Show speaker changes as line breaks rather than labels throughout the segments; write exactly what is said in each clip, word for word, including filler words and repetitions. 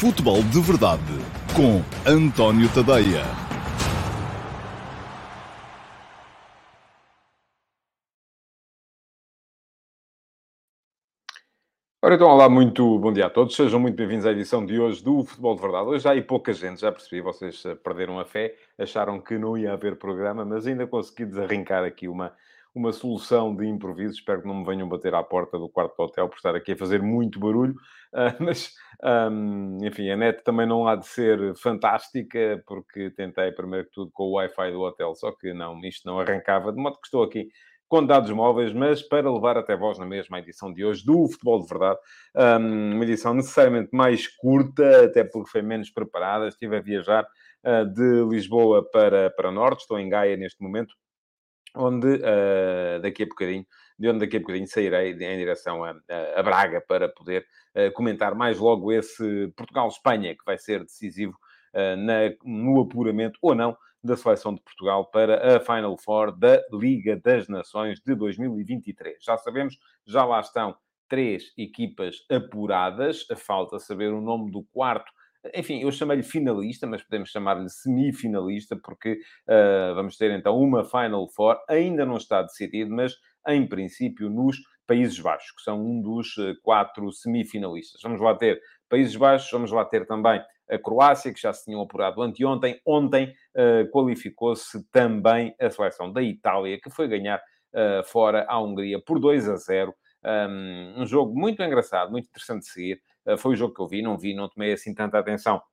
Futebol de Verdade com António Tadeia.
Ora então, olá, muito bom dia a todos. Sejam muito bem-vindos à edição de hoje do Futebol de Verdade. Hoje já há aí pouca gente, já percebi, vocês eh, perderam a fé, acharam que não ia haver programa, mas ainda consegui desarrincar aqui uma, uma solução de improviso. Espero que não me venham bater à porta do quarto do hotel por estar aqui a fazer muito barulho. Ah, mas, ahm, enfim, a net também não há de ser fantástica, porque tentei primeiro que tudo com o Wi-Fi do hotel, só que não, isto não arrancava, de modo que estou aqui com dados móveis, mas para levar até vós na mesma edição de hoje do Futebol de Verdade. Um, uma edição necessariamente mais curta, até porque foi menos preparada. Estive a viajar uh, de Lisboa para, para Norte, estou em Gaia neste momento, onde uh, daqui a bocadinho, de onde daqui a bocadinho sairei em direção a, a, a Braga para poder uh, comentar mais logo esse Portugal-Espanha, que vai ser decisivo uh, na, no apuramento ou não da seleção de Portugal para a Final Four da Liga das Nações de dois mil e vinte e três. Já sabemos, já lá estão três equipas apuradas. Falta saber o nome do quarto. Enfim, eu chamei-lhe finalista, mas podemos chamar-lhe semifinalista, porque uh, vamos ter então uma Final Four. Ainda não está decidido, mas em princípio nos Países Baixos, que são um dos uh, quatro semifinalistas. Vamos lá ter Países Baixos, vamos lá ter também a Croácia, que já se tinham apurado anteontem. Ontem uh, qualificou-se também a seleção da Itália, que foi ganhar uh, fora à Hungria por dois a zero. Um, um jogo muito engraçado, muito interessante de seguir. Uh, foi o jogo que eu vi, não vi, não tomei assim tanta atenção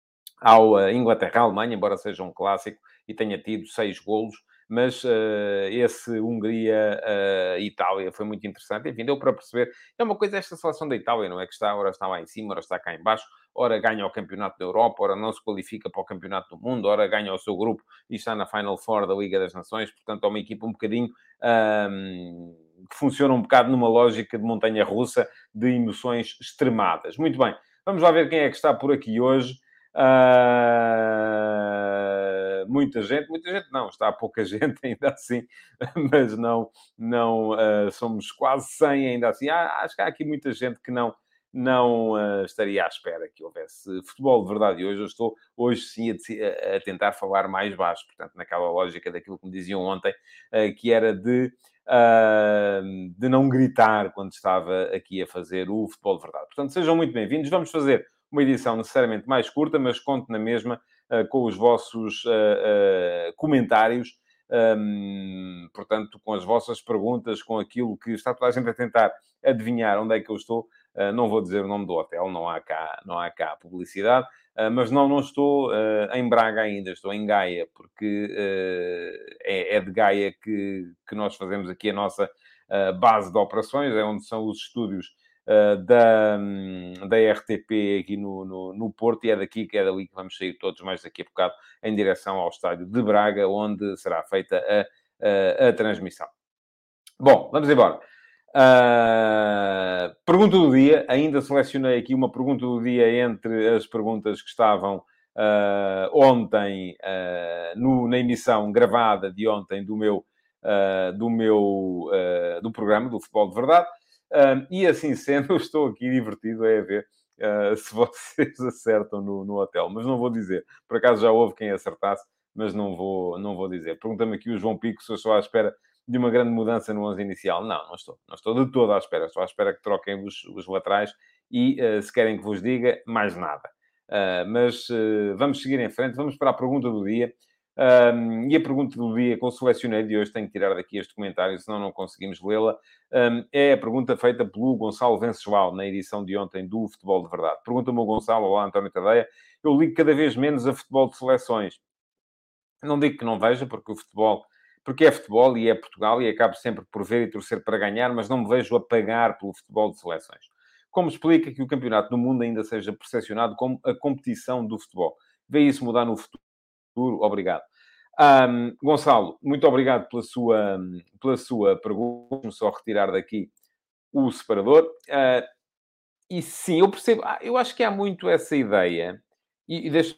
ao uh, Inglaterra-Alemanha, embora seja um clássico e tenha tido seis golos. Mas uh, esse Hungria-Itália uh, foi muito interessante. Enfim, deu para perceber. É uma coisa esta seleção da Itália, não é? Que está, ora está lá em cima, ora está cá em baixo, ora ganha o Campeonato da Europa, ora não se qualifica para o Campeonato do Mundo, ora ganha o seu grupo e está na Final Four da Liga das Nações. Portanto, é uma equipa um bocadinho... Um, que funciona um bocado numa lógica de montanha-russa de emoções extremadas. Muito bem, vamos lá ver quem é que está por aqui hoje. Uh, muita gente, muita gente não, está pouca gente ainda assim, mas não, não uh, somos quase cem ainda assim. Ah, acho que há aqui muita gente que não, não uh, estaria à espera que houvesse futebol de verdade hoje. Eu estou hoje sim a, a tentar falar mais baixo, portanto, naquela lógica daquilo que me diziam ontem, uh, que era de Uh, de não gritar quando estava aqui a fazer o Futebol de Verdade. Portanto, sejam muito bem-vindos. Vamos fazer uma edição necessariamente mais curta, mas conto na mesma uh, com os vossos uh, uh, comentários, um, portanto, com as vossas perguntas, com aquilo que está toda a gente a tentar adivinhar onde é que eu estou. Uh, não vou dizer o nome do hotel, não há cá, não há cá publicidade. Uh, mas não, não estou uh, em Braga ainda, estou em Gaia, porque uh, é, é de Gaia que, que nós fazemos aqui a nossa uh, base de operações, é onde são os estúdios uh, da, da R T P aqui no, no, no Porto, e é daqui que é dali que vamos sair todos mais daqui a bocado em direção ao estádio de Braga, onde será feita a, a, a transmissão. Bom, vamos embora. Uh, pergunta do dia. Ainda selecionei aqui uma pergunta do dia entre as perguntas que estavam uh, ontem uh, no, na emissão gravada de ontem do meu, uh, do, meu uh, do programa do Futebol de Verdade. Uh, e assim sendo, eu estou aqui divertido a ver uh, se vocês acertam no, no hotel. Mas não vou dizer. Por acaso já houve quem acertasse, mas não vou, não vou dizer. Pergunta-me aqui o João Pico se eu estou à espera de uma grande mudança no onze inicial. Não, não estou. Não estou de todo à espera. Estou à espera que troquem os, os laterais e, uh, se querem que vos diga, mais nada. Uh, mas uh, vamos seguir em frente. Vamos para a pergunta do dia. Um, e a pergunta do dia que eu selecionei de hoje, tenho que tirar daqui este comentário, senão não conseguimos lê-la, um, é a pergunta feita pelo Gonçalo Venceslau, na edição de ontem do Futebol de Verdade. Pergunta-me o Gonçalo: olá, António Tadeia, eu ligo cada vez menos a futebol de seleções. Não digo que não veja, porque o futebol... Porque é futebol e é Portugal e acabo sempre por ver e torcer para ganhar, mas não me vejo a pagar pelo futebol de seleções. Como explica que o campeonato do mundo ainda seja percepcionado como a competição do futebol? Vê isso mudar no futuro? Obrigado. Um, Gonçalo, muito obrigado pela sua, pela sua pergunta. Vamos só retirar daqui o separador. Uh, e sim, eu percebo. Eu acho que há muito essa ideia. E, e deixa...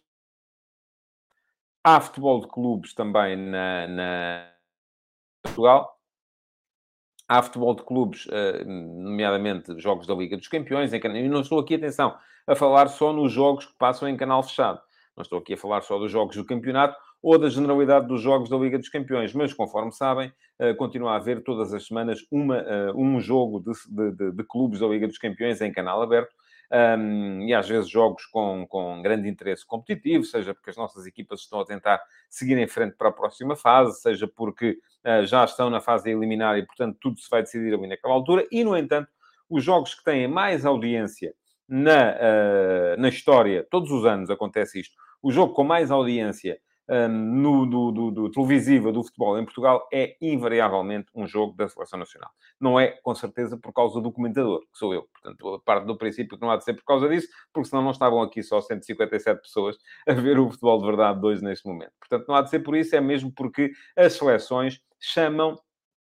Há futebol de clubes também na, na Portugal. Há futebol de clubes, eh, nomeadamente jogos da Liga dos Campeões, em cana e não estou aqui, atenção, a falar só nos jogos que passam em canal fechado. Não estou aqui a falar só dos jogos do campeonato ou da generalidade dos jogos da Liga dos Campeões, mas conforme sabem, eh, continua a haver todas as semanas uma, eh, um jogo de de de de clubes da Liga dos Campeões em canal aberto, hum, e às vezes jogos com com grande interesse competitivo, seja porque as nossas equipas estão a tentar seguir em frente para a próxima fase, seja porque uh, já estão na fase eliminar e, portanto, tudo se vai decidir ali naquela altura. E, no entanto, os jogos que têm mais audiência na, uh, na história, todos os anos acontece isto, o jogo com mais audiência um, no, do, do, do televisiva do futebol em Portugal é, invariavelmente, um jogo da Seleção Nacional. Não é, com certeza, por causa do comentador, que sou eu. Portanto, parte do princípio que não há de ser por causa disso, porque senão não estavam aqui só cento e cinquenta e sete pessoas a ver o futebol de verdade de hoje neste momento. Portanto, não há de ser por isso, é mesmo porque as seleções chamam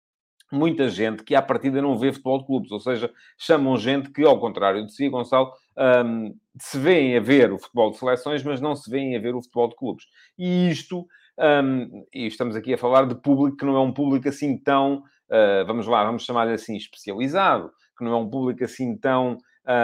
muita gente que, à partida, não vê futebol de clubes. Ou seja, chamam gente que, ao contrário de si, Gonçalo, hum, se vêem a ver o futebol de seleções, mas não se vêem a ver o futebol de clubes. E isto, hum, e estamos aqui a falar de público que não é um público assim tão, uh, vamos lá, vamos chamar-lhe assim, especializado, que não é um público assim tão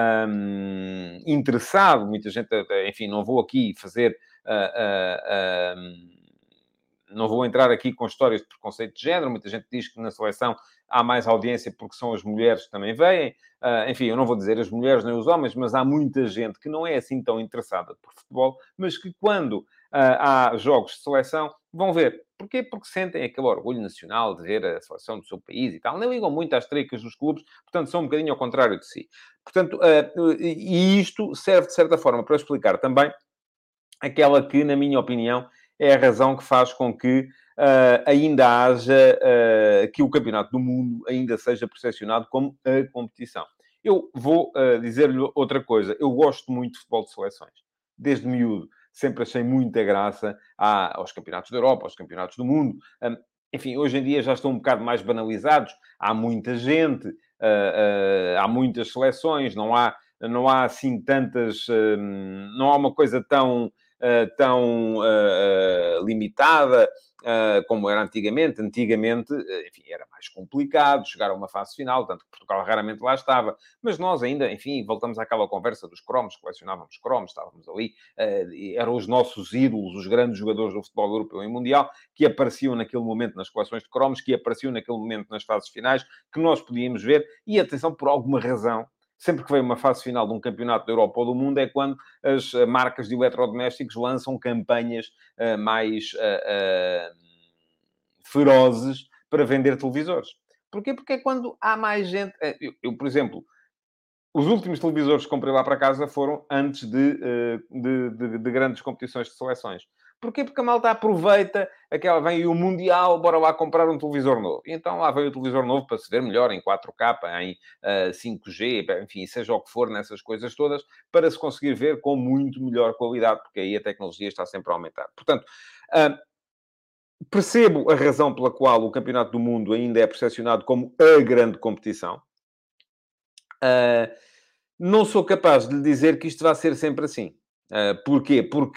hum, interessado. Muita gente, enfim, não vou aqui fazer... Uh, uh, uh, não vou entrar aqui com histórias de preconceito de género. Muita gente diz que na seleção há mais audiência porque são as mulheres que também vêm. Uh, enfim, eu não vou dizer as mulheres nem os homens, mas há muita gente que não é assim tão interessada por futebol, mas que quando uh, há jogos de seleção vão ver. Porquê? Porque sentem aquele orgulho nacional de ver a seleção do seu país e tal. Não ligam muito às tricas dos clubes, portanto, são um bocadinho ao contrário de si. Portanto, uh, e isto serve, de certa forma, para explicar também aquela que, na minha opinião, é a razão que faz com que uh, ainda haja, uh, que o Campeonato do Mundo ainda seja percepcionado como a competição. Eu vou uh, dizer-lhe outra coisa. Eu gosto muito de futebol de seleções. Desde miúdo. Sempre achei muita graça à, aos campeonatos da Europa, aos campeonatos do mundo. Um, enfim, hoje em dia já estão um bocado mais banalizados. Há muita gente, uh, uh, há muitas seleções, não há, não há assim tantas... Uh, não há uma coisa tão Uh, tão uh, uh, limitada uh, como era antigamente. Antigamente, uh, enfim, era mais complicado chegar a uma fase final, tanto que Portugal raramente lá estava. Mas nós ainda, enfim, voltamos àquela conversa dos cromos, colecionávamos cromos, estávamos ali, uh, eram os nossos ídolos, os grandes jogadores do futebol europeu e mundial, que apareciam naquele momento nas coleções de cromos, que apareciam naquele momento nas fases finais, que nós podíamos ver. E atenção, por alguma razão, sempre que vem uma fase final de um campeonato da Europa ou do mundo, é quando as marcas de eletrodomésticos lançam campanhas uh, mais uh, uh, ferozes para vender televisores. Porquê? Porque é quando há mais gente... Eu, eu, por exemplo, os últimos televisores que comprei lá para casa foram antes de, de, de, de grandes competições de seleções. Porquê? Porque a malta aproveita, aquela, vem aí o Mundial, bora lá comprar um televisor novo. E então lá vem o televisor novo para se ver melhor em quatro K, em uh, cinco G, enfim, seja o que for nessas coisas todas, para se conseguir ver com muito melhor qualidade, porque aí a tecnologia está sempre a aumentar. Portanto, uh, percebo a razão pela qual o Campeonato do Mundo ainda é percepcionado como a grande competição. Uh, não sou capaz de lhe dizer que isto vai ser sempre assim. Uh, porquê? Porque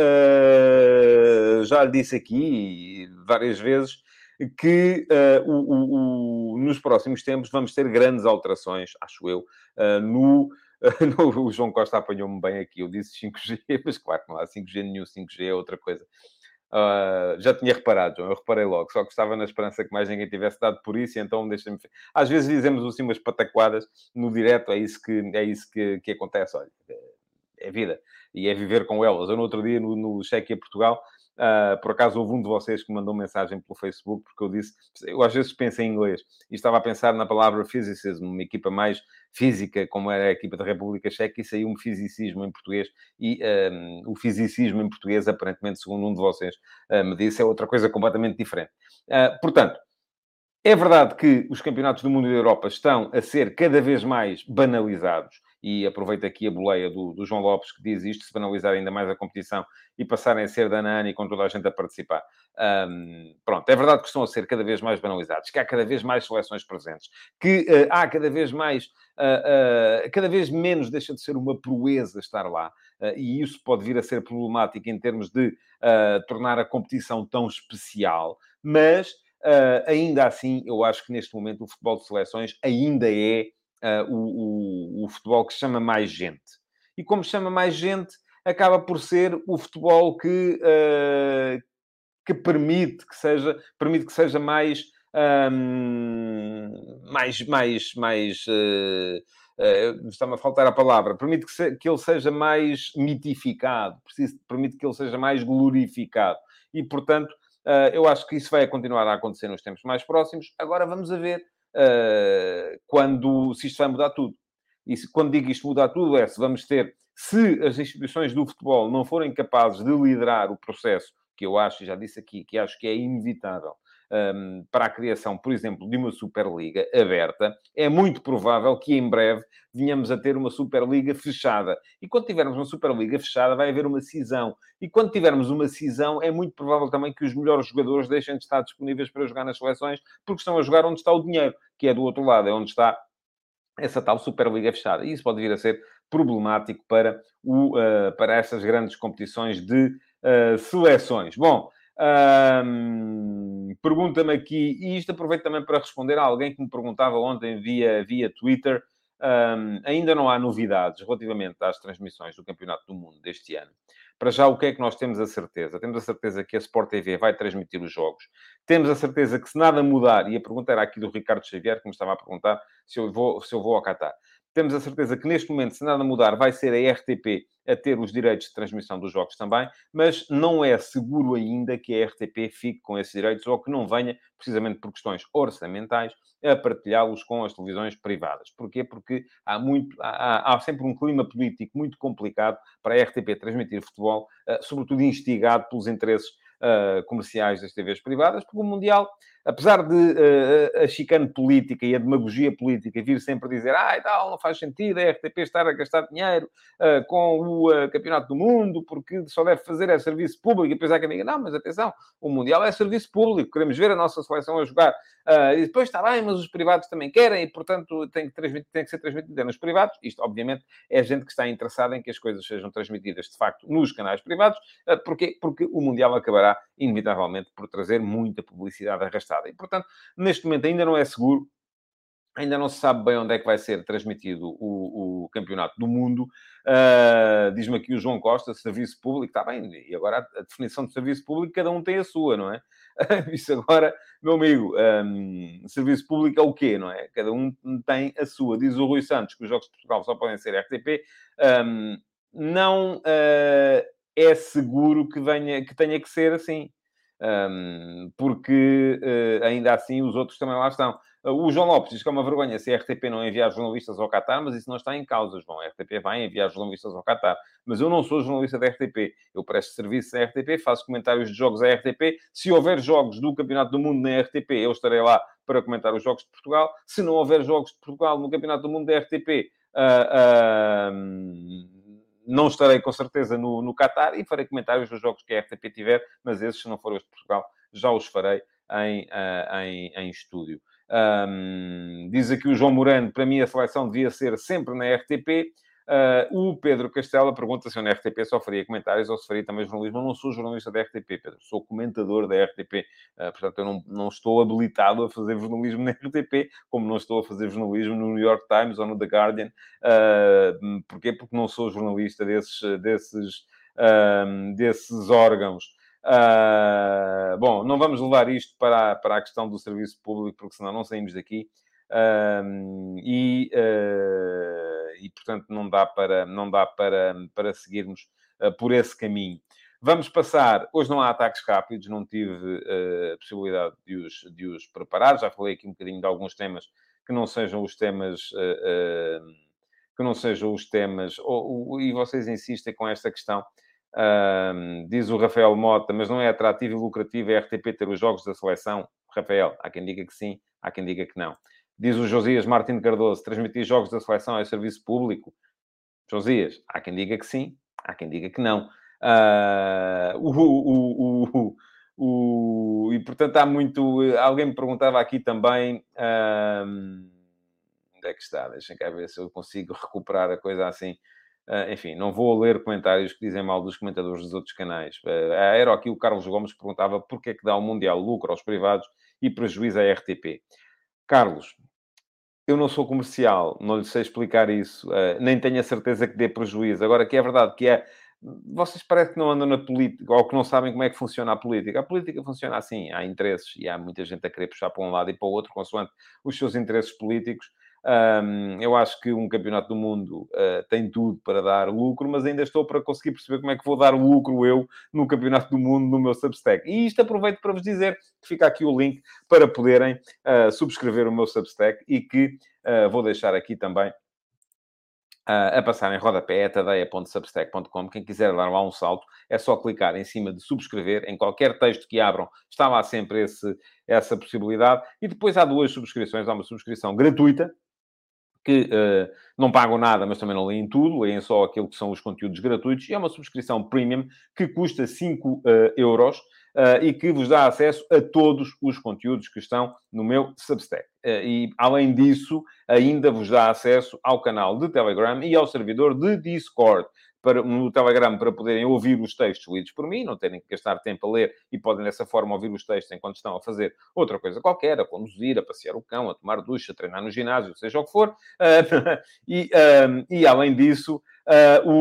uh, já lhe disse aqui várias vezes que uh, o, o, o, nos próximos tempos vamos ter grandes alterações, acho eu, uh, no... no o João Costa apanhou-me bem aqui. Eu disse cinco G, mas claro que não há cinco G nenhum. cinco G é outra coisa. Uh, já tinha reparado, João, eu reparei logo, só que estava na esperança que mais ninguém tivesse dado por isso, e então deixa-me... Às vezes dizemos assim umas pataquadas no direto, é isso que, é isso que, que acontece, olha, é vida, e é viver com elas. Eu no outro dia, no, no Cheque a Portugal, uh, por acaso houve um de vocês que me mandou mensagem pelo Facebook, porque eu disse, eu às vezes penso em inglês, e estava a pensar na palavra physicism, uma equipa mais física, como era a equipa da República Checa, e saiu um fisicismo em português, e um, o fisicismo em português, aparentemente, segundo um de vocês uh, me disse, é outra coisa completamente diferente. Uh, portanto, é verdade que os campeonatos do mundo e da Europa estão a ser cada vez mais banalizados, e aproveito aqui a boleia do, do João Lopes, que diz isto: se banalizar ainda mais a competição e passarem a ser de ano a ano e com toda a gente a participar. Um, pronto, é verdade que estão a ser cada vez mais banalizados, que há cada vez mais seleções presentes, que uh, há cada vez mais, uh, uh, cada vez menos deixa de ser uma proeza estar lá, uh, e isso pode vir a ser problemático em termos de uh, tornar a competição tão especial, mas... uh, ainda assim, eu acho que neste momento o futebol de seleções ainda é uh, o, o, o futebol que chama mais gente. E como chama mais gente, acaba por ser o futebol que, uh, que permite que seja, permite que seja mais, um, mais, mais, mais, uh, uh, está-me a faltar a palavra, permite que, se, que ele seja mais mitificado, preciso, permite que ele seja mais glorificado. E, portanto, uh, eu acho que isso vai continuar a acontecer nos tempos mais próximos. Agora vamos a ver uh, quando, se isto vai mudar tudo. E se, quando digo isto mudar tudo, é se vamos ter, se as instituições do futebol não forem capazes de liderar o processo, que eu acho, já disse aqui, que acho que é inevitável, um, para a criação, por exemplo, de uma Superliga aberta, é muito provável que em breve venhamos a ter uma Superliga fechada. E quando tivermos uma Superliga fechada, vai haver uma cisão. E quando tivermos uma cisão, é muito provável também que os melhores jogadores deixem de estar disponíveis para jogar nas seleções, porque estão a jogar onde está o dinheiro, que é do outro lado, é onde está essa tal Superliga fechada. E isso pode vir a ser problemático para, o, uh, para estas grandes competições de uh, seleções. Bom, um, pergunta-me aqui, e isto aproveito também para responder a alguém que me perguntava ontem via, via Twitter. Um, ainda não há novidades relativamente às transmissões do Campeonato do Mundo deste ano. Para já, o que é que nós temos a certeza? Temos a certeza que a Sport T V vai transmitir os jogos. Temos a certeza que se nada mudar, e a pergunta era aqui do Ricardo Xavier, que me estava a perguntar se eu vou, se eu vou ao Qatar. Temos a certeza que neste momento, se nada mudar, vai ser a R T P a ter os direitos de transmissão dos jogos também, mas não é seguro ainda que a R T P fique com esses direitos ou que não venha, precisamente por questões orçamentais, a partilhá-los com as televisões privadas. Porquê? Porque há, muito, há, há sempre um clima político muito complicado para a R T P transmitir futebol, sobretudo instigado pelos interesses Uh, comerciais das T Vs privadas, porque o Mundial, apesar de uh, a chicane política e a demagogia política vir sempre dizer ah, e tal, não faz sentido a R T P estar a gastar dinheiro uh, com o uh, Campeonato do Mundo, porque só deve fazer é serviço público, e depois há quem diga, não, mas atenção, o Mundial é serviço público, queremos ver a nossa seleção a jogar, uh, e depois está bem, mas os privados também querem, e portanto tem que, tem que ser transmitido nos privados. Isto, obviamente, é gente que está interessada em que as coisas sejam transmitidas, de facto, nos canais privados. Uh, porquê? Porque o Mundial acabará inevitavelmente por trazer muita publicidade arrastada. E, portanto, neste momento ainda não é seguro, ainda não se sabe bem onde é que vai ser transmitido o, o Campeonato do Mundo. Uh, diz-me aqui o João Costa, serviço público, está bem, e agora a, a definição de serviço público, cada um tem a sua, não é? Isso agora, meu amigo, um, serviço público é o quê, não é? Cada um tem a sua. Diz o Rui Santos que os Jogos de Portugal só podem ser R T P. Um, não... Uh, é seguro que, venha, que tenha que ser assim. Um, porque, uh, ainda assim, os outros também lá estão. Uh, o João Lopes diz que é uma vergonha se a R T P não enviar jornalistas ao Qatar, mas isso não está em causa, João. A R T P vai enviar jornalistas ao Qatar. Mas eu não sou jornalista da R T P. Eu presto serviço à R T P, faço comentários de jogos à R T P. Se houver jogos do Campeonato do Mundo na R T P, eu estarei lá para comentar os jogos de Portugal. Se não houver jogos de Portugal no Campeonato do Mundo da R T P... Uh, uh, não estarei, com certeza, no, no Qatar e farei comentários dos jogos que a R T P tiver, mas esses, se não forem os de Portugal, já os farei em, uh, em, em estúdio. Um, diz aqui o João Morano, para mim a seleção devia ser sempre na R T P. Uh, o Pedro Castela pergunta se eu na R T P só faria comentários ou se faria também jornalismo. Eu não sou jornalista da R T P, Pedro. Sou comentador da R T P. Uh, portanto, eu não, não estou habilitado a fazer jornalismo na R T P, como não estou a fazer jornalismo no New York Times ou no The Guardian. Uh, porquê? Porque não sou jornalista desses, desses, uh, desses órgãos. Uh, bom, não vamos levar isto para a, para a questão do serviço público, porque senão não saímos daqui. Um, e, uh, e, portanto, não dá para, não dá para, para seguirmos uh, por esse caminho. Vamos passar... Hoje não há ataques rápidos, não tive uh, a possibilidade de os, de os preparar. Já falei aqui um bocadinho de alguns temas que não sejam os temas... Uh, uh, que não sejam os temas... Ou, ou, e vocês insistem com esta questão. Uh, diz o Rafael Mota, mas não é atrativo e lucrativo a R T P ter os jogos da seleção? Rafael, há quem diga que sim, há quem diga que não. Diz o Josias Martins Cardoso, transmitir jogos da seleção é serviço público? Josias, há quem diga que sim, há quem diga que não. Uh, o, o, o, o, e, portanto, há muito... Alguém me perguntava aqui também... Uh, onde é que está? Deixem cá ver se eu consigo recuperar a coisa assim. Uh, enfim, não vou ler comentários que dizem mal dos comentadores dos outros canais. Uh, a Aero aqui, o Carlos Gomes perguntava porque é que dá o Mundial lucro aos privados e prejuízo à R T P. Carlos, eu não sou comercial, não lhe sei explicar isso, uh, nem tenho a certeza que dê prejuízo. Agora, que é verdade que é... Vocês parecem que não andam na política, ou que não sabem como é que funciona a política. A política funciona assim, há interesses, e há muita gente a querer puxar para um lado e para o outro, consoante os seus interesses políticos. Um, eu acho que um campeonato do mundo uh, tem tudo para dar lucro, mas ainda estou para conseguir perceber como é que vou dar lucro eu no campeonato do mundo no meu Substack. E isto aproveito para vos dizer que fica aqui o link para poderem uh, subscrever o meu Substack e que uh, vou deixar aqui também a passar em rodapé, é tadeia ponto substack ponto com. Quem quiser dar lá um salto, é só clicar em cima de subscrever. Em qualquer texto que abram, está lá sempre esse, essa possibilidade. E depois há duas subscrições. Há uma subscrição gratuita, que uh, não pagam nada, mas também não leem tudo, leem só aquilo que são os conteúdos gratuitos. E é uma subscrição premium que custa cinco euros uh, e que vos dá acesso a todos os conteúdos que estão no meu Substack. Uh, e, além disso, ainda vos dá acesso ao canal de Telegram e ao servidor de Discord. Para, no Telegram, para poderem ouvir os textos lidos por mim, não terem que gastar tempo a ler e podem, dessa forma, ouvir os textos enquanto estão a fazer outra coisa qualquer, a conduzir, a passear o cão, a tomar ducha, a treinar no ginásio, seja o que for. Uh, e, um, e, além disso, uh,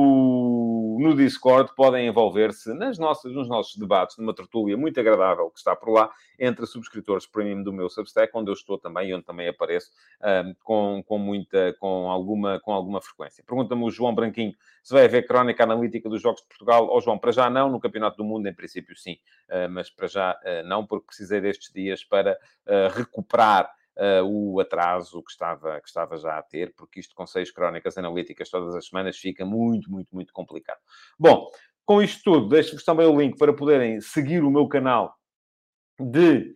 o, o, no Discord podem envolver-se nas nossas, nos nossos debates, numa tertúlia muito agradável que está por lá, entre subscritores premium do meu Substack, onde eu estou também e onde também apareço um, com, com, muita, com, alguma, com alguma frequência. Pergunta-me o João Branquinho se vai haver crónica analítica dos Jogos de Portugal. Ou, João, para já não, no Campeonato do Mundo, em princípio, sim. Uh, mas para já uh, não, porque precisei destes dias para uh, recuperar uh, o atraso que estava, que estava já a ter, porque isto com seis crónicas analíticas todas as semanas fica muito, muito, muito complicado. Bom, com isto tudo, deixo-vos também o link para poderem seguir o meu canal de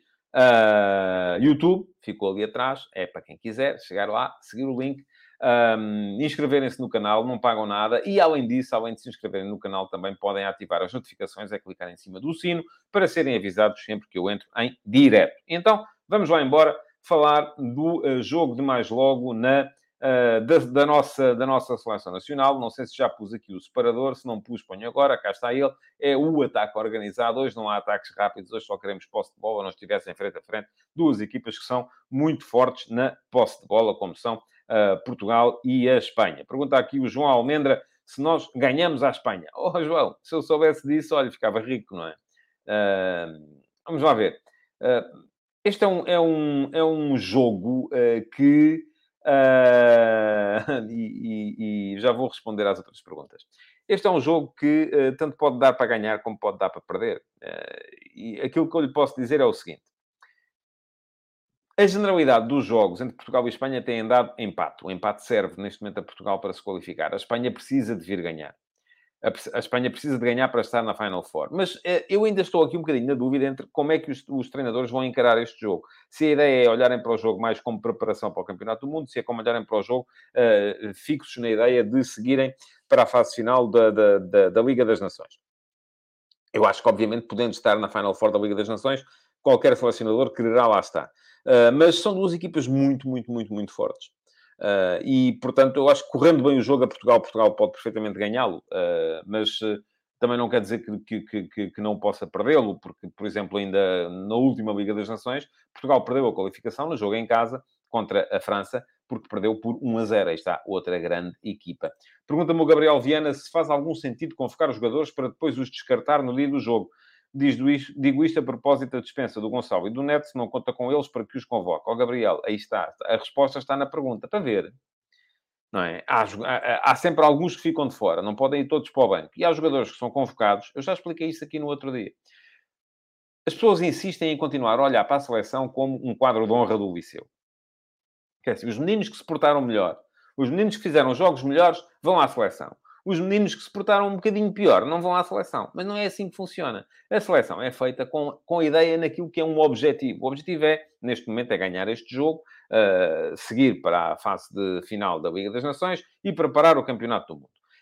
uh, YouTube. Ficou ali atrás, é para quem quiser chegar lá, seguir o link. Um, inscreverem-se no canal, não pagam nada. E, além disso, além de se inscreverem no canal, também podem ativar as notificações, é clicar em cima do sino, para serem avisados sempre que eu entro em direto. Então, vamos lá embora falar do uh, jogo de mais logo na, uh, da, da, nossa, da nossa seleção nacional. Não sei se já pus aqui o separador, se não pus, ponho agora, cá está ele. É o ataque organizado. Hoje não há ataques rápidos, hoje só queremos posse de bola. Não estivessem frente a frente duas equipas que são muito fortes na posse de bola, como são Uh, Portugal e a Espanha. Pergunta aqui o João Almendra se nós ganhamos à Espanha. Oh, João, se eu soubesse disso, olha, ficava rico, não é? Uh, vamos lá ver. Uh, este é um, é um, é um jogo uh, que... Uh, e, e, e já vou responder às outras perguntas. Este é um jogo que uh, tanto pode dar para ganhar como pode dar para perder. Uh, e aquilo que eu lhe posso dizer é o seguinte. A generalidade dos jogos entre Portugal e Espanha têm dado empate. O empate serve, neste momento, a Portugal para se qualificar. A Espanha precisa de vir ganhar. A Espanha precisa de ganhar para estar na Final Four. Mas uh, eu ainda estou aqui um bocadinho na dúvida entre como é que os, os treinadores vão encarar este jogo. Se a ideia é olharem para o jogo mais como preparação para o Campeonato do Mundo, se é como olharem para o jogo uh, fixos na ideia de seguirem para a fase final da, da, da, da Liga das Nações. Eu acho que, obviamente, podendo estar na Final Four da Liga das Nações, qualquer selecionador quererá lá estar. Uh, mas são duas equipas muito, muito, muito, muito fortes. Uh, e, portanto, eu acho que correndo bem o jogo a Portugal, Portugal pode perfeitamente ganhá-lo. Uh, mas uh, também não quer dizer que, que, que, que não possa perdê-lo, porque, por exemplo, ainda na última Liga das Nações, Portugal perdeu a qualificação no jogo em casa contra a França, porque perdeu por um a zero. Aí está outra grande equipa. Pergunta-me o Gabriel Viana se faz algum sentido convocar os jogadores para depois os descartar no dia do jogo. Digo isto, digo isto a propósito da dispensa do Gonçalo e do Neto, se não conta com eles para que os convoque. Ó, Gabriel, aí está. A resposta está na pergunta. Para ver. Não é? Há, há, há sempre alguns que ficam de fora. Não podem ir todos para o banco. E há jogadores que são convocados. Eu já expliquei isso aqui no outro dia. As pessoas insistem em continuar a olhar para a seleção como um quadro de honra do Liceu. Quer dizer, os meninos que se portaram melhor, os meninos que fizeram jogos melhores, vão à seleção. Os meninos que se portaram um bocadinho pior não vão à seleção. Mas não é assim que funciona. A seleção é feita com, com a ideia naquilo que é um objetivo. O objetivo é, neste momento, é ganhar este jogo, uh, seguir para a fase de final da Liga das Nações e preparar o Campeonato do Mundo.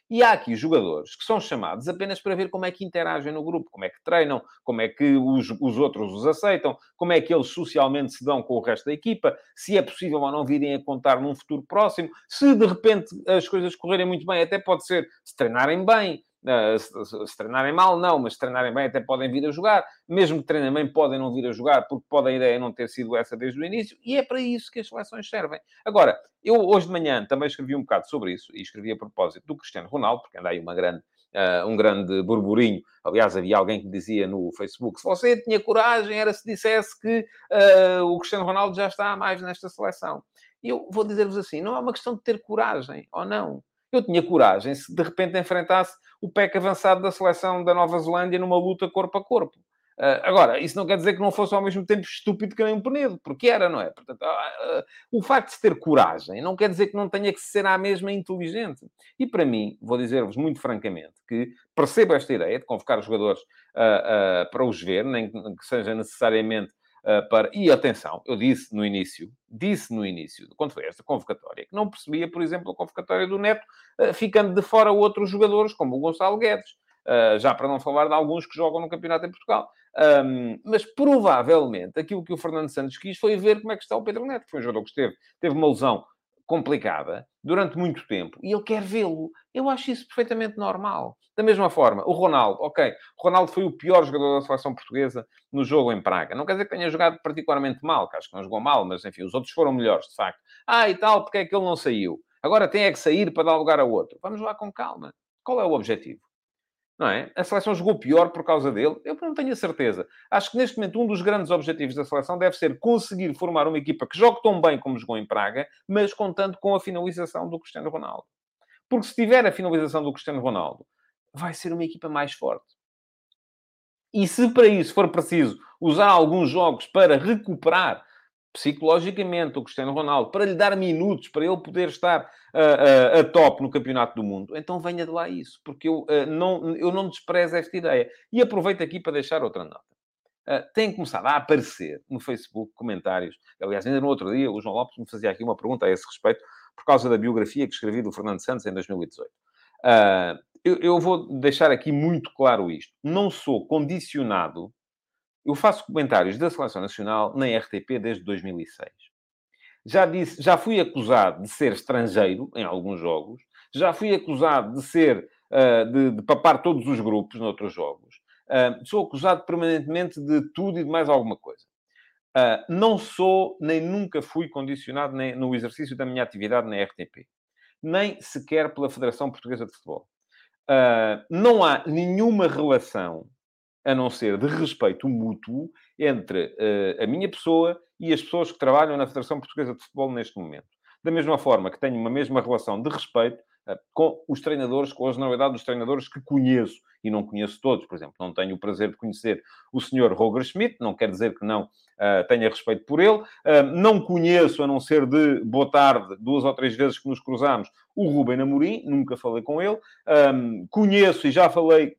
E há aqui jogadores que são chamados apenas para ver como é que interagem no grupo, como é que treinam, como é que os, os outros os aceitam, como é que eles socialmente se dão com o resto da equipa, se é possível ou não virem a contar num futuro próximo, se de repente as coisas correrem muito bem, até pode ser se treinarem bem, Uh, se, se, se treinarem mal, não, mas se treinarem bem até podem vir a jogar. Mesmo que treinem bem, podem não vir a jogar, porque pode a ideia não ter sido essa desde o início. E é para isso que as seleções servem. Agora, eu hoje de manhã também escrevi um bocado sobre isso, e escrevi a propósito do Cristiano Ronaldo, porque anda aí uma grande, uh, um grande burburinho. Aliás, havia alguém que dizia no Facebook, se você tinha coragem, era se dissesse que uh, o Cristiano Ronaldo já está mais nesta seleção. E eu vou dizer-vos assim, não é uma questão de ter coragem, ou não. Eu tinha coragem se de repente enfrentasse o pack avançado da seleção da Nova Zelândia numa luta corpo a corpo. Uh, agora, isso não quer dizer que não fosse ao mesmo tempo estúpido que nem um Penedo, porque era, não é? Portanto, uh, uh, o facto de se ter coragem não quer dizer que não tenha que ser à mesma inteligente. E para mim, vou dizer-vos muito francamente, que percebo esta ideia de convocar os jogadores uh, uh, para os ver, nem que seja necessariamente Uh, para... E atenção, eu disse no início, disse no início, quando foi esta convocatória, que não percebia, por exemplo, a convocatória do Neto, uh, ficando de fora outros jogadores, como o Gonçalo Guedes, uh, já para não falar de alguns que jogam no campeonato em Portugal. Um, mas provavelmente aquilo que o Fernando Santos quis foi ver como é que está o Pedro Neto, que foi um jogador que esteve, teve uma lesão complicada durante muito tempo e ele quer vê-lo. Eu acho isso perfeitamente normal. Da mesma forma, o Ronaldo, ok, o Ronaldo foi o pior jogador da seleção portuguesa no jogo em Praga. Não quer dizer que tenha jogado particularmente mal, que acho que não jogou mal, mas enfim, os outros foram melhores, de facto. Ah, e tal, porque é que ele não saiu? Agora tem é que sair para dar lugar a outro. Vamos lá com calma. Qual é o objetivo? Não é? A seleção jogou pior por causa dele? Eu não tenho a certeza. Acho que neste momento um dos grandes objetivos da seleção deve ser conseguir formar uma equipa que jogue tão bem como jogou em Praga, mas contando com a finalização do Cristiano Ronaldo. Porque se tiver a finalização do Cristiano Ronaldo, vai ser uma equipa mais forte. E se para isso for preciso usar alguns jogos para recuperar psicologicamente o Cristiano Ronaldo, para lhe dar minutos, para ele poder estar uh, uh, a top no Campeonato do Mundo, então venha de lá isso, porque eu, uh, não, eu não desprezo esta ideia. E aproveito aqui para deixar outra nota. Uh, têm começado a aparecer no Facebook comentários. Aliás, ainda no outro dia, o João Lopes me fazia aqui uma pergunta a esse respeito, por causa da biografia que escrevi do Fernando Santos em dois mil e dezoito. Uh, eu, eu vou deixar aqui muito claro isto. Não sou condicionado. Eu faço comentários da Seleção Nacional na R T P desde dois mil e seis. Já disse, já fui acusado de ser estrangeiro em alguns jogos. Já fui acusado de ser, uh, de, de papar todos os grupos noutros jogos. Uh, sou acusado permanentemente de tudo e de mais alguma coisa. Uh, não sou, nem nunca fui condicionado nem, no exercício da minha atividade na R T P. Nem sequer pela Federação Portuguesa de Futebol. Uh, não há nenhuma relação, a não ser de respeito mútuo, entre uh, a minha pessoa e as pessoas que trabalham na Federação Portuguesa de Futebol neste momento. Da mesma forma que tenho uma mesma relação de respeito uh, com os treinadores, com a generalidade dos treinadores que conheço, e não conheço todos. Por exemplo, não tenho o prazer de conhecer o senhor Roger Schmidt, não quer dizer que não uh, tenha respeito por ele. Uh, não conheço, a não ser de boa tarde, duas ou três vezes que nos cruzamos, o Rubem Amorim, nunca falei com ele. Um, conheço e já falei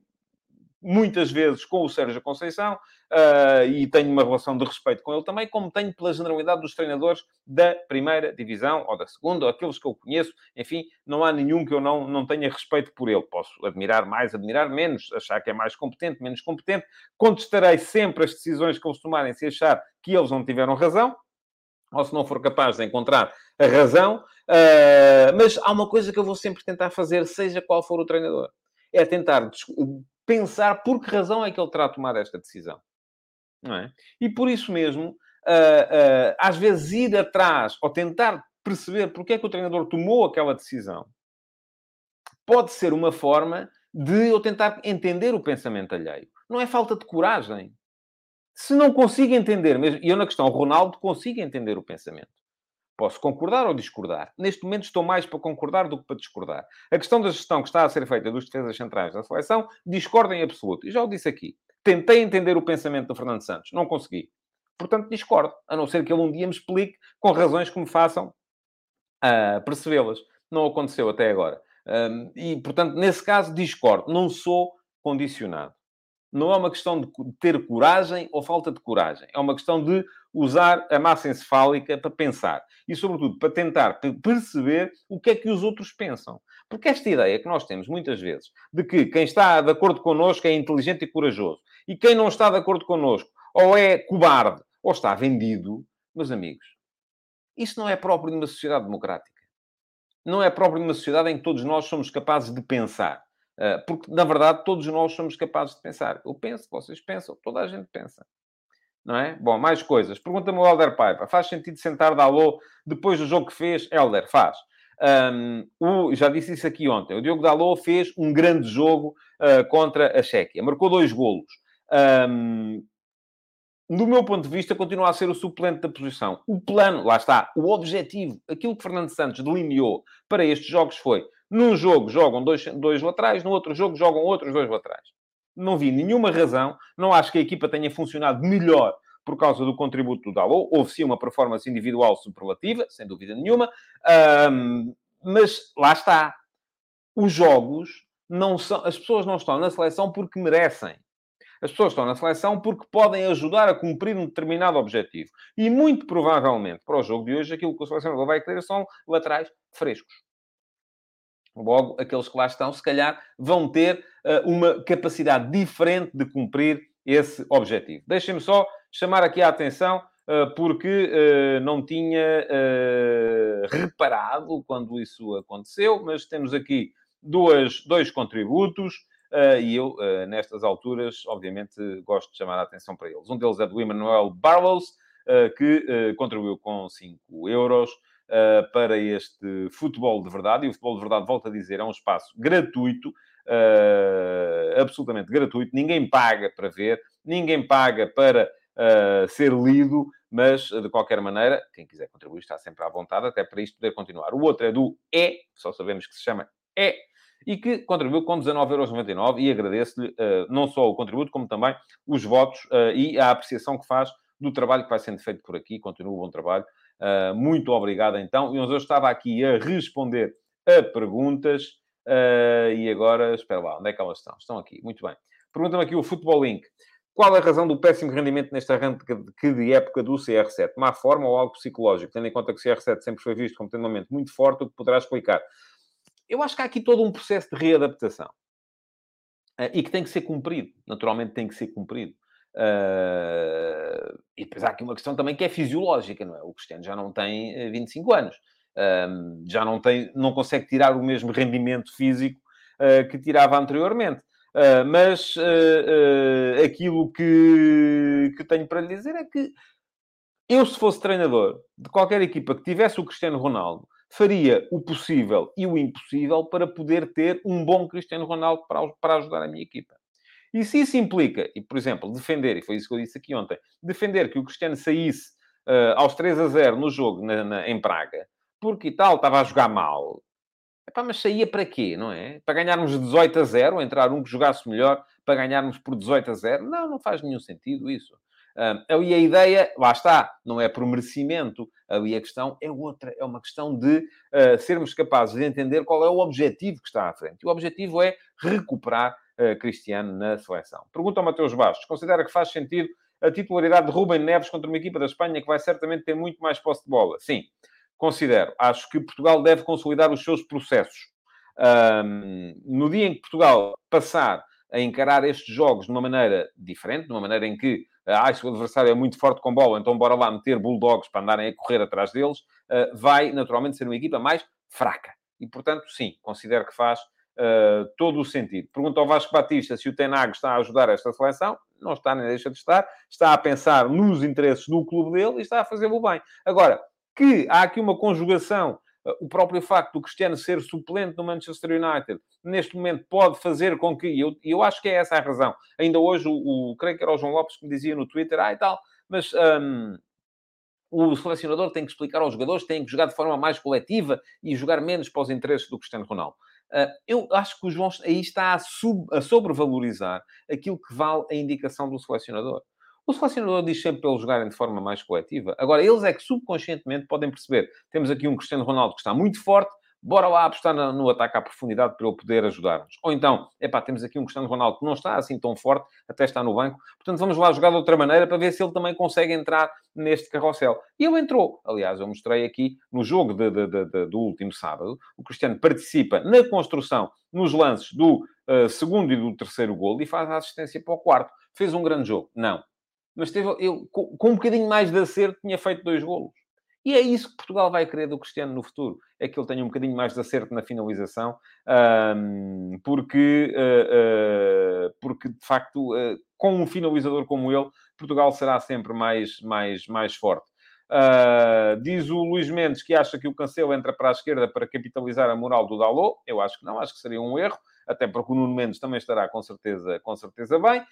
muitas vezes com o Sérgio Conceição, uh, e tenho uma relação de respeito com ele também, como tenho pela generalidade dos treinadores da primeira divisão, ou da segunda, ou aqueles que eu conheço. Enfim, não há nenhum que eu não, não tenha respeito por ele. Posso admirar mais, admirar menos, achar que é mais competente, menos competente. Contestarei sempre as decisões que eles tomarem se achar que eles não tiveram razão, ou se não for capaz de encontrar a razão. Uh, mas há uma coisa que eu vou sempre tentar fazer, seja qual for o treinador. É tentar pensar por que razão é que ele terá tomado esta decisão. Não é? E por isso mesmo, uh, uh, às vezes ir atrás ou tentar perceber porque é que o treinador tomou aquela decisão pode ser uma forma de eu tentar entender o pensamento alheio. Não é falta de coragem. Se não consigo entender, mesmo, e eu na questão Ronaldo consigo entender o pensamento. Posso concordar ou discordar. Neste momento estou mais para concordar do que para discordar. A questão da gestão que está a ser feita dos defesas centrais da seleção, discordo em absoluto. E já o disse aqui. Tentei entender o pensamento do Fernando Santos. Não consegui. Portanto, discordo. A não ser que ele um dia me explique com razões que me façam uh, percebê-las. Não aconteceu até agora. Um, e, portanto, nesse caso, discordo. Não sou condicionado. Não é uma questão de ter coragem ou falta de coragem. É uma questão de usar a massa encefálica para pensar. E, sobretudo, para tentar perceber o que é que os outros pensam. Porque esta ideia que nós temos, muitas vezes, de que quem está de acordo connosco é inteligente e corajoso, e quem não está de acordo connosco ou é cobarde, ou está vendido, meus amigos, isso não é próprio de uma sociedade democrática. Não é próprio de uma sociedade em que todos nós somos capazes de pensar. Porque, na verdade, todos nós somos capazes de pensar. Eu penso, vocês pensam, toda a gente pensa. Não é? Bom, mais coisas. Pergunta-me o Helder Paiva. Faz sentido sentar Dalot depois do jogo que fez? Helder, faz. Um, o, já disse isso aqui ontem. O Diogo Dalot fez um grande jogo uh, contra a Chequia. Marcou dois golos. Um, do meu ponto de vista, continua a ser o suplente da posição. O plano, lá está, o objetivo, aquilo que Fernando Santos delineou para estes jogos foi, num jogo jogam dois, dois laterais, no outro jogo jogam outros dois laterais. Não vi nenhuma razão, não acho que a equipa tenha funcionado melhor por causa do contributo do Dalot. Houve sim uma performance individual superlativa, sem dúvida nenhuma, um, mas lá está. Os jogos não são... As pessoas não estão na seleção porque merecem. As pessoas estão na seleção porque podem ajudar a cumprir um determinado objetivo. E, muito provavelmente, para o jogo de hoje, aquilo que o selecionador vai querer são laterais frescos. Logo, aqueles que lá estão, se calhar, vão ter uh, uma capacidade diferente de cumprir esse objetivo. Deixem-me só chamar aqui a atenção, uh, porque uh, não tinha uh, reparado quando isso aconteceu, mas temos aqui duas, dois contributos. Uh, e eu, uh, nestas alturas, obviamente, gosto de chamar a atenção para eles. Um deles é do Emmanuel Barrows, uh, que uh, contribuiu com cinco euros uh, para este futebol de verdade. E o futebol de verdade, volto a dizer, é um espaço gratuito, uh, absolutamente gratuito. Ninguém paga para ver, ninguém paga para uh, ser lido, mas, de qualquer maneira, quem quiser contribuir está sempre à vontade, até para isto poder continuar. O outro é do E, só sabemos que se chama E, e que contribuiu com dezanove euros e noventa e nove, e agradeço-lhe uh, não só o contributo, como também os votos uh, e a apreciação que faz do trabalho que vai sendo feito por aqui. Continua o bom trabalho. Uh, muito obrigado, então. E eu estava aqui a responder a perguntas, uh, e agora, espera lá, onde é que elas estão? Estão aqui, muito bem. Pergunta-me aqui o Futebol Link. Qual é a razão do péssimo rendimento neste arranque de época do C R sete? Má forma ou algo psicológico? Tendo em conta que o C R sete sempre foi visto como tendo um momento muito forte, o que poderá explicar? Eu acho que há aqui todo um processo de readaptação. Uh, e que tem que ser cumprido. Naturalmente tem que ser cumprido. Uh, e depois há aqui uma questão também que é fisiológica, não é? O Cristiano já não tem vinte e cinco anos. Uh, já não tem... Não consegue tirar o mesmo rendimento físico uh, que tirava anteriormente. Uh, mas uh, uh, aquilo que, que tenho para lhe dizer é que eu, se fosse treinador de qualquer equipa que tivesse o Cristiano Ronaldo, faria o possível e o impossível para poder ter um bom Cristiano Ronaldo para, para ajudar a minha equipa. E se isso implica, e, por exemplo, defender, e foi isso que eu disse aqui ontem, defender que o Cristiano saísse uh, aos três a zero no jogo na, na, em Praga, porque e tal, estava a jogar mal. Epá, mas saía para quê, não é? Para ganharmos dezoito a zero, entrar um que jogasse melhor, para ganharmos por dezoito a zero? Não, não faz nenhum sentido isso. Uh, ali a ideia, lá está, não é por merecimento. Ali a questão é outra. É uma questão de uh, sermos capazes de entender qual é o objetivo que está à frente. E o objetivo é recuperar uh, Cristiano na seleção. Pergunta ao Mateus Bastos. Considera que faz sentido a titularidade de Rubem Neves contra uma equipa da Espanha que vai certamente ter muito mais posse de bola? Sim, considero. Acho que Portugal deve consolidar os seus processos. Um, no dia em que Portugal passar a encarar estes jogos de uma maneira diferente, de uma maneira em que ah, se o adversário é muito forte com bola, então bora lá meter bulldogs para andarem a correr atrás deles, uh, vai naturalmente ser uma equipa mais fraca. E, portanto, sim, considero que faz uh, todo o sentido. Pergunta ao Vasco Batista se o Ten Hag está a ajudar esta seleção. Não está, nem deixa de estar. Está a pensar nos interesses do clube dele e está a fazê-lo bem. Agora, que há aqui uma conjugação, o próprio facto do Cristiano ser suplente no Manchester United, neste momento pode fazer com que, e eu, eu acho que é essa a razão, ainda hoje, o, o, creio que era o João Lopes que me dizia no Twitter, ah e tal, mas um, o selecionador tem que explicar aos jogadores, tem que jogar de forma mais coletiva e jogar menos para os interesses do Cristiano Ronaldo. Uh, eu acho que o João aí está a, sub, a sobrevalorizar aquilo que vale a indicação do selecionador. O selecionador diz sempre para eles jogarem de forma mais coletiva. Agora, eles é que subconscientemente podem perceber. Temos aqui um Cristiano Ronaldo que está muito forte, bora lá apostar no, no ataque à profundidade para ele poder ajudar-nos. Ou então, epá, temos aqui um Cristiano Ronaldo que não está assim tão forte, até está no banco, portanto vamos lá jogar de outra maneira para ver se ele também consegue entrar neste carrossel. E ele entrou. Aliás, eu mostrei aqui no jogo de, de, de, de, do último sábado, o Cristiano participa na construção, nos lances do uh, segundo e do terceiro golo e faz a assistência para o quarto. Fez um grande jogo? Não. Mas teve, eu, com, com um bocadinho mais de acerto, tinha feito dois golos. E é isso que Portugal vai querer do Cristiano no futuro. É que ele tenha um bocadinho mais de acerto na finalização, um, porque, uh, uh, porque, de facto, uh, com um finalizador como ele, Portugal será sempre mais, mais, mais forte. Uh, diz o Luís Mendes que acha que o Cancelo entra para a esquerda para capitalizar a moral do Dalot. Eu acho que não, acho que seria um erro, até porque o Nuno Mendes também estará com certeza, com certeza bem.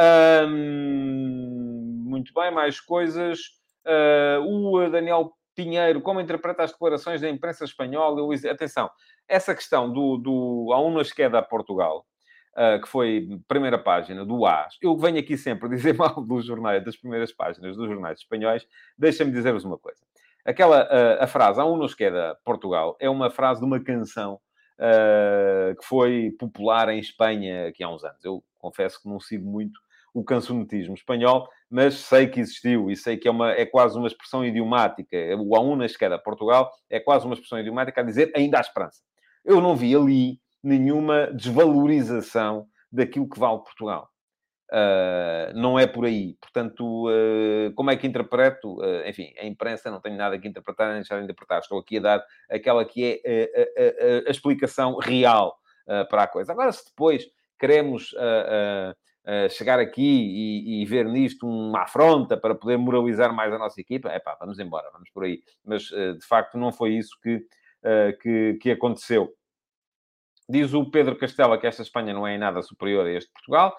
Um, muito bem, mais coisas. Uh, o Daniel Pinheiro, como interpreta as declarações da imprensa espanhola? Eu, atenção, essa questão do, do a uma esquerda a Portugal, uh, que foi primeira página do AS, eu venho aqui sempre dizer mal dos jornais, das primeiras páginas dos jornais espanhóis, deixa-me dizer-vos uma coisa. Aquela, uh, a frase, a uma esquerda Portugal, é uma frase de uma canção uh, que foi popular em Espanha aqui há uns anos. Eu confesso que não sigo muito o cancionetismo espanhol, mas sei que existiu e sei que é, uma, é quase uma expressão idiomática. O a uma esquerda Portugal é quase uma expressão idiomática a dizer ainda há esperança. Eu não vi ali nenhuma desvalorização daquilo que vale Portugal. Uh, não é por aí. Portanto, uh, como é que interpreto? Uh, enfim, a imprensa não tenho nada que interpretar nem deixar de interpretar. Estou aqui a dar aquela que é a, a, a, a explicação real uh, para a coisa. Agora, se depois queremos... Uh, uh, Uh, chegar aqui e, e ver nisto uma afronta para poder moralizar mais a nossa equipa, é pá, vamos embora, vamos por aí. Mas, uh, de facto, não foi isso que, uh, que, que aconteceu. Diz o Pedro Castela que esta Espanha não é em nada superior a este Portugal.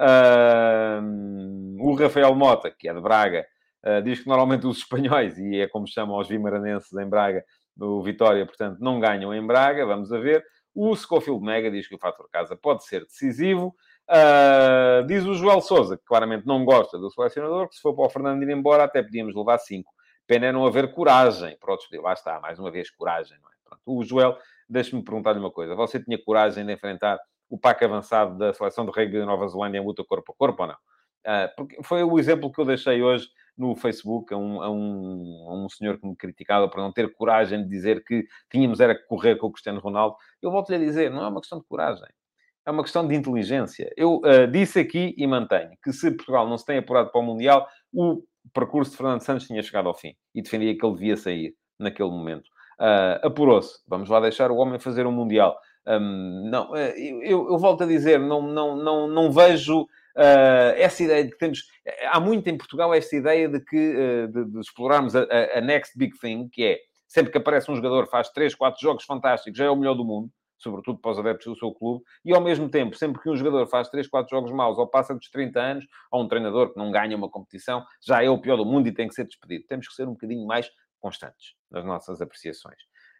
Uh, o Rafael Mota, que é de Braga, uh, diz que normalmente os espanhóis, e é como chamam os vimaranenses em Braga, do Vitória, portanto, não ganham em Braga, vamos a ver. O Scofield Mega diz que o fator casa pode ser decisivo. Uh, diz o Joel Souza, que claramente não gosta do selecionador, que se for para o Fernando ir embora, até podíamos levar cinco. Pena é não haver coragem para o despedir. Lá está, mais uma vez, coragem, não é? Pronto. O Joel, deixe-me perguntar-lhe uma coisa. Você tinha coragem de enfrentar o pack avançado da seleção de rugby da Nova Zelândia em luta corpo a corpo ou não? Uh, porque foi o exemplo que eu deixei hoje no Facebook a um, a, um, a um senhor que me criticava por não ter coragem de dizer que tínhamos era que correr com o Cristiano Ronaldo. Eu volto-lhe a dizer, não é uma questão de coragem. É uma questão de inteligência. Eu uh, disse aqui e mantenho que se Portugal não se tem apurado para o Mundial, o percurso de Fernando Santos tinha chegado ao fim. E defendia que ele devia sair naquele momento. Uh, apurou-se. Vamos lá deixar o homem fazer o Mundial. Um, não, uh, eu, eu volto a dizer, não, não, não, não vejo... Uh, essa ideia de que temos... Há muito em Portugal esta ideia de que... Uh, de, de explorarmos a, a, a next big thing, que é... Sempre que aparece um jogador, faz três, quatro jogos fantásticos, já é o melhor do mundo, sobretudo para os adeptos do seu clube, e ao mesmo tempo, sempre que um jogador faz três, quatro jogos maus ou passa dos trinta anos, ou um treinador que não ganha uma competição, já é o pior do mundo e tem que ser despedido. Temos que ser um bocadinho mais constantes nas nossas apreciações.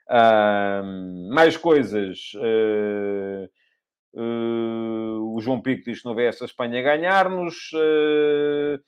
Uh, mais coisas... Uh... Uh, o João Pico diz que não vê esta Espanha ganhar-nos. Uh,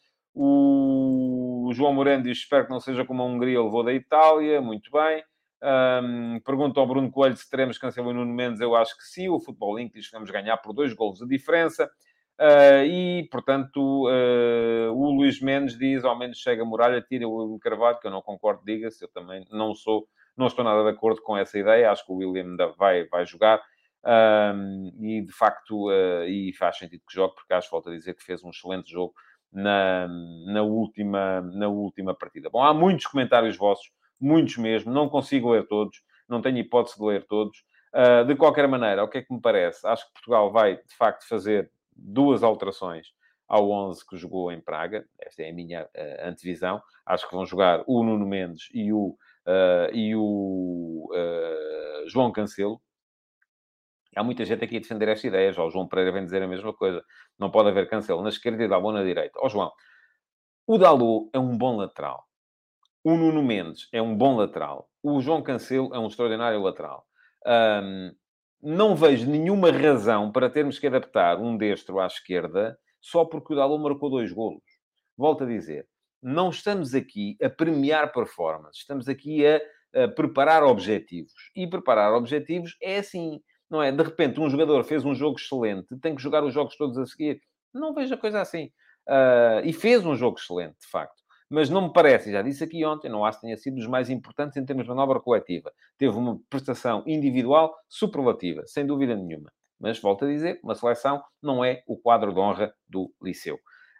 o João Moreno diz: espero que não seja como a Hungria levou da Itália. Muito bem. Um, pergunta ao Bruno Coelho se teremos Cancelo e Nuno Mendes. Eu acho que sim. O Futebol Link diz que vamos ganhar por dois golos de diferença. Uh, e, portanto, uh, o Luís Mendes diz: ao menos chega a muralha, tira o William Carvalho, que eu não concordo, diga-se. Eu também não sou, não estou nada de acordo com essa ideia. Acho que o William vai, vai jogar. Um, e, de facto, uh, e faz sentido que jogue, porque acho, volto a dizer, que fez um excelente jogo na, na, última, na última partida. Bom, há muitos comentários vossos, muitos mesmo, não consigo ler todos, não tenho hipótese de ler todos. Uh, de qualquer maneira, o que é que me parece? Acho que Portugal vai, de facto, fazer duas alterações ao onze que jogou em Praga. Esta é a minha uh, antevisão. Acho que vão jogar o Nuno Mendes e o, uh, e o uh, João Cancelo. Há muita gente aqui a defender esta ideia. Já o João Pereira vem dizer a mesma coisa. Não pode haver Cancelo na esquerda e Dalot na direita. Ó, oh, João, o Dalot é um bom lateral. O Nuno Mendes é um bom lateral. O João Cancelo é um extraordinário lateral. Um, não vejo nenhuma razão para termos que adaptar um destro à esquerda só porque o Dalot marcou dois golos. Volto a dizer, não estamos aqui a premiar performance. Estamos aqui a uh, preparar objetivos. E preparar objetivos é assim, não é? De repente, um jogador fez um jogo excelente, tem que jogar os jogos todos a seguir. Não vejo a coisa assim. Uh, e fez um jogo excelente, de facto. Mas não me parece, já disse aqui ontem, não acho que tenha sido dos mais importantes em termos de manobra coletiva. Teve uma prestação individual superlativa, sem dúvida nenhuma. Mas, volto a dizer, uma seleção não é o quadro de honra do Liceu.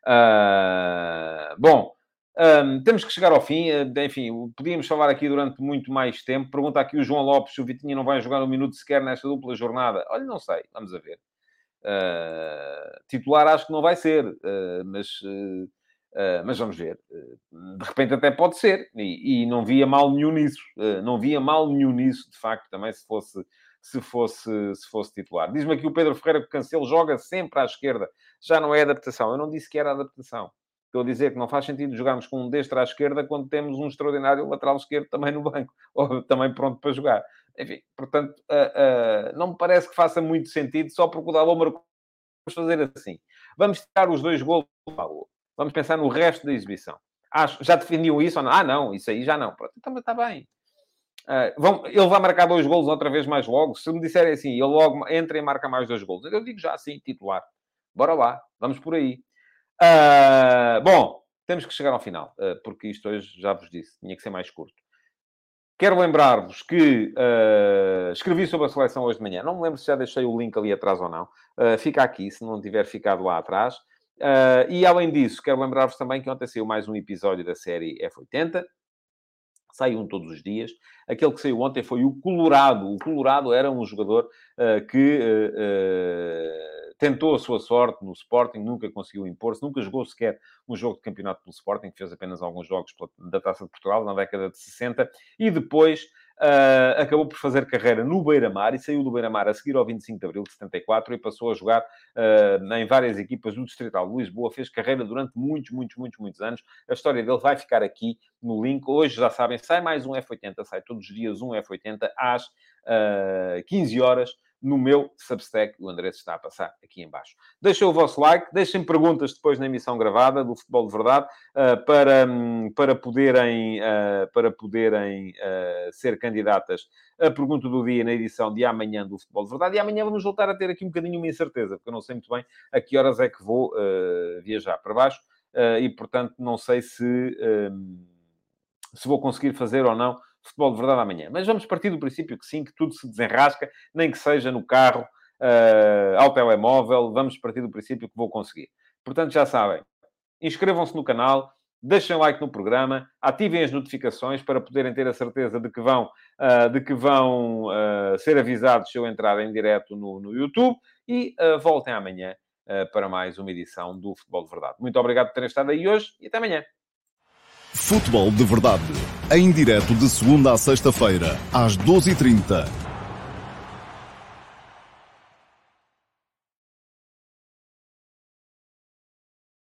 Uh, bom, um, temos que chegar ao fim. Enfim, podíamos falar aqui durante muito mais tempo. Pergunta aqui o João Lopes se o Vitinha não vai jogar um minuto sequer nesta dupla jornada. Olha, não sei. Vamos a ver. Uh, titular acho que não vai ser, uh, mas... Uh, Uh, mas vamos ver. Uh, de repente até pode ser. E, e não via mal nenhum nisso. Uh, não via mal nenhum nisso, de facto, também se fosse, se fosse, se fosse titular. Diz-me aqui o Pedro Ferreira que o Cancelo joga sempre à esquerda. Já não é adaptação. Eu não disse que era adaptação. Estou a dizer que não faz sentido jogarmos com um destro à esquerda quando temos um extraordinário lateral esquerdo também no banco. Ou também pronto para jogar. Enfim, portanto, uh, uh, não me parece que faça muito sentido só porque o Dalot marcou. Vamos fazer assim. Vamos tirar os dois golos do Dalot. Vamos pensar no resto da exibição. Acho, já defendiam isso ou não? Ah, não, isso aí já não. Pronto, então está bem. Uh, vão, ele vai marcar dois golos outra vez mais logo. Se me disserem assim, ele logo entra e marca mais dois golos. Eu digo já assim, titular. Bora lá, vamos por aí. Uh, bom, temos que chegar ao final, uh, porque isto hoje, já vos disse, tinha que ser mais curto. Quero lembrar-vos que uh, escrevi sobre a seleção hoje de manhã. Não me lembro se já deixei o link ali atrás ou não. Uh, fica aqui, se não tiver ficado lá atrás. Uh, e, além disso, quero lembrar-vos também que ontem saiu mais um episódio da série F oitenta. Sai um todos os dias. Aquele que saiu ontem foi o Colorado. O Colorado era um jogador uh, que uh, uh, tentou a sua sorte no Sporting, nunca conseguiu impor-se, nunca jogou sequer um jogo de campeonato pelo Sporting, fez apenas alguns jogos da Taça de Portugal na década de sessenta, e depois uh, acabou por fazer carreira no Beira-Mar, e saiu do Beira-Mar a seguir ao vinte e cinco de abril de setenta e quatro, e passou a jogar uh, em várias equipas do Distrital de Lisboa, fez carreira durante muitos, muitos, muitos, muitos anos. A história dele vai ficar aqui no link. Hoje, já sabem, sai mais um F oitenta, sai todos os dias um F oitenta às uh, quinze horas, no meu Substack. O André está a passar aqui em baixo. Deixem o vosso like, deixem perguntas depois na emissão gravada do Futebol de Verdade, uh, para, um, para poderem, uh, para poderem uh, ser candidatas a pergunta do dia na edição de amanhã do Futebol de Verdade. E amanhã vamos voltar a ter aqui um bocadinho uma incerteza, porque eu não sei muito bem a que horas é que vou uh, viajar para baixo, uh, e, portanto, não sei se, um, se vou conseguir fazer ou não Futebol de Verdade amanhã. Mas vamos partir do princípio que sim, que tudo se desenrasca, nem que seja no carro, uh, ao telemóvel. Vamos partir do princípio que vou conseguir. Portanto, já sabem, inscrevam-se no canal, deixem like no programa, ativem as notificações para poderem ter a certeza de que vão, uh, de que vão uh, ser avisados se eu entrar em direto no, no YouTube, e uh, voltem amanhã uh, para mais uma edição do Futebol de Verdade. Muito obrigado por terem estado aí hoje e até amanhã.
Futebol de Verdade, em direto de segunda a sexta-feira, às doze e trinta,